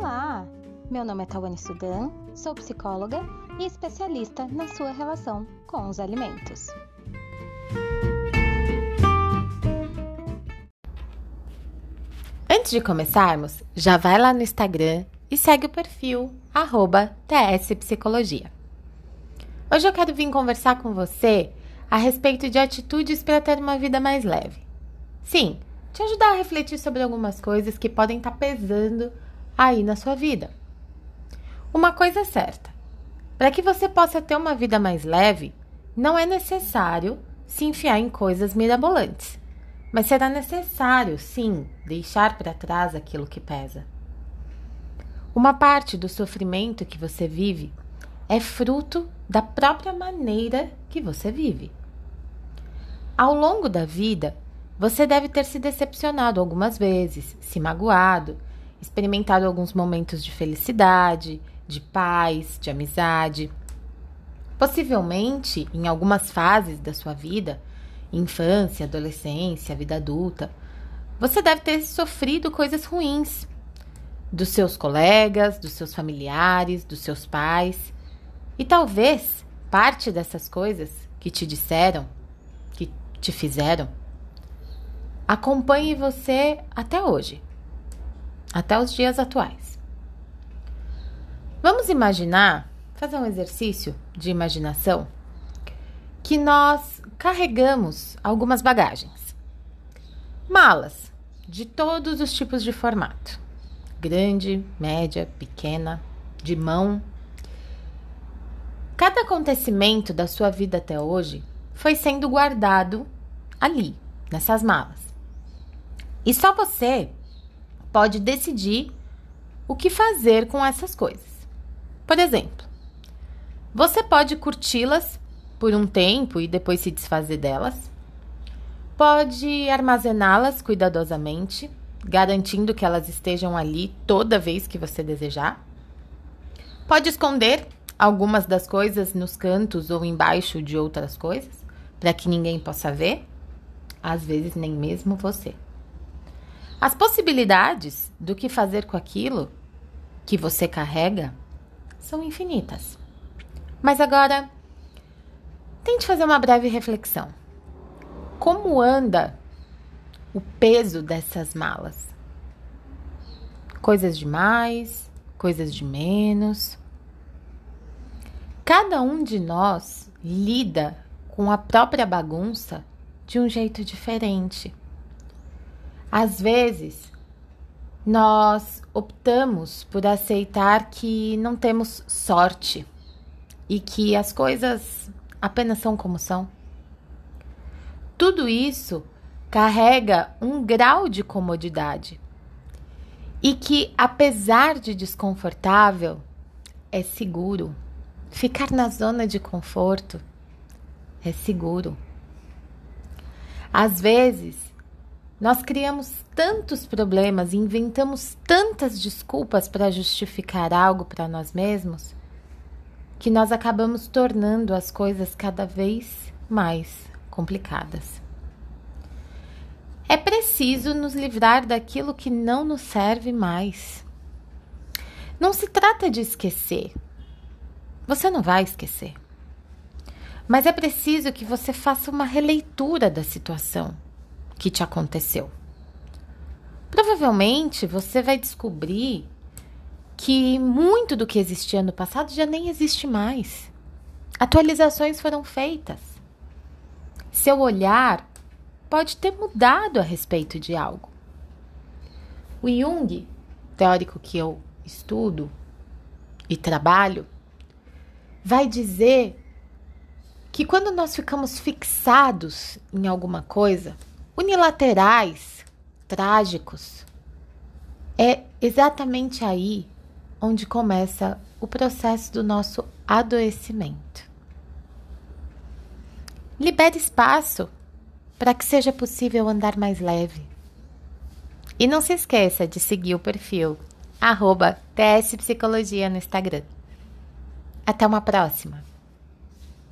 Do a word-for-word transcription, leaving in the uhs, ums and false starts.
Olá! Meu nome é Tawane Sudan, sou psicóloga e especialista na sua relação com os alimentos. Antes de começarmos, já vai lá no Instagram e segue o perfil arroba tspsicologia. Hoje eu quero vir conversar com você a respeito de atitudes para ter uma vida mais leve. Sim, te ajudar a refletir sobre algumas coisas que podem estar pesando aí na sua vida. Uma coisa é certa, para que você possa ter uma vida mais leve, não é necessário se enfiar em coisas mirabolantes, mas será necessário, sim, deixar para trás aquilo que pesa. Uma parte do sofrimento que você vive é fruto da própria maneira que você vive. Ao longo da vida, você deve ter se decepcionado algumas vezes, se magoado, experimentado alguns momentos de felicidade, de paz, de amizade. Possivelmente, em algumas fases da sua vida, infância, adolescência, vida adulta, você deve ter sofrido coisas ruins dos seus colegas, dos seus familiares, dos seus pais. E talvez parte dessas coisas que te disseram, que te fizeram, acompanhe você até hoje, até os dias atuais. Vamos imaginar, fazer um exercício de imaginação, que nós carregamos algumas bagagens. Malas de todos os tipos de formato. Grande, média, pequena, de mão. Cada acontecimento da sua vida até hoje foi sendo guardado ali, nessas malas. E só você pode decidir o que fazer com essas coisas. Por exemplo, você pode curti-las por um tempo e depois se desfazer delas. Pode armazená-las cuidadosamente, garantindo que elas estejam ali toda vez que você desejar. Pode esconder algumas das coisas nos cantos ou embaixo de outras coisas, para que ninguém possa ver, às vezes nem mesmo você. As possibilidades do que fazer com aquilo que você carrega são infinitas. Mas agora, tente fazer uma breve reflexão. Como anda o peso dessas malas? Coisas de mais, coisas de menos. Cada um de nós lida com a própria bagunça de um jeito diferente. Às vezes, nós optamos por aceitar que não temos sorte e que as coisas apenas são como são. Tudo isso carrega um grau de comodidade e que, apesar de desconfortável, é seguro. Ficar na zona de conforto é seguro. Às vezes, nós criamos tantos problemas e inventamos tantas desculpas para justificar algo para nós mesmos que nós acabamos tornando as coisas cada vez mais complicadas. É preciso nos livrar daquilo que não nos serve mais. Não se trata de esquecer. Você não vai esquecer. Mas é preciso que você faça uma releitura da situação que te aconteceu. Provavelmente você vai descobrir que muito do que existia no passado já nem existe mais. Atualizações foram feitas. Seu olhar pode ter mudado a respeito de algo. O Jung, teórico que eu estudo e trabalho, vai dizer que quando nós ficamos fixados em alguma coisa, unilaterais, trágicos, é exatamente aí onde começa o processo do nosso adoecimento. Libere espaço para que seja possível andar mais leve. E não se esqueça de seguir o perfil arroba tspsicologia no Instagram. Até uma próxima!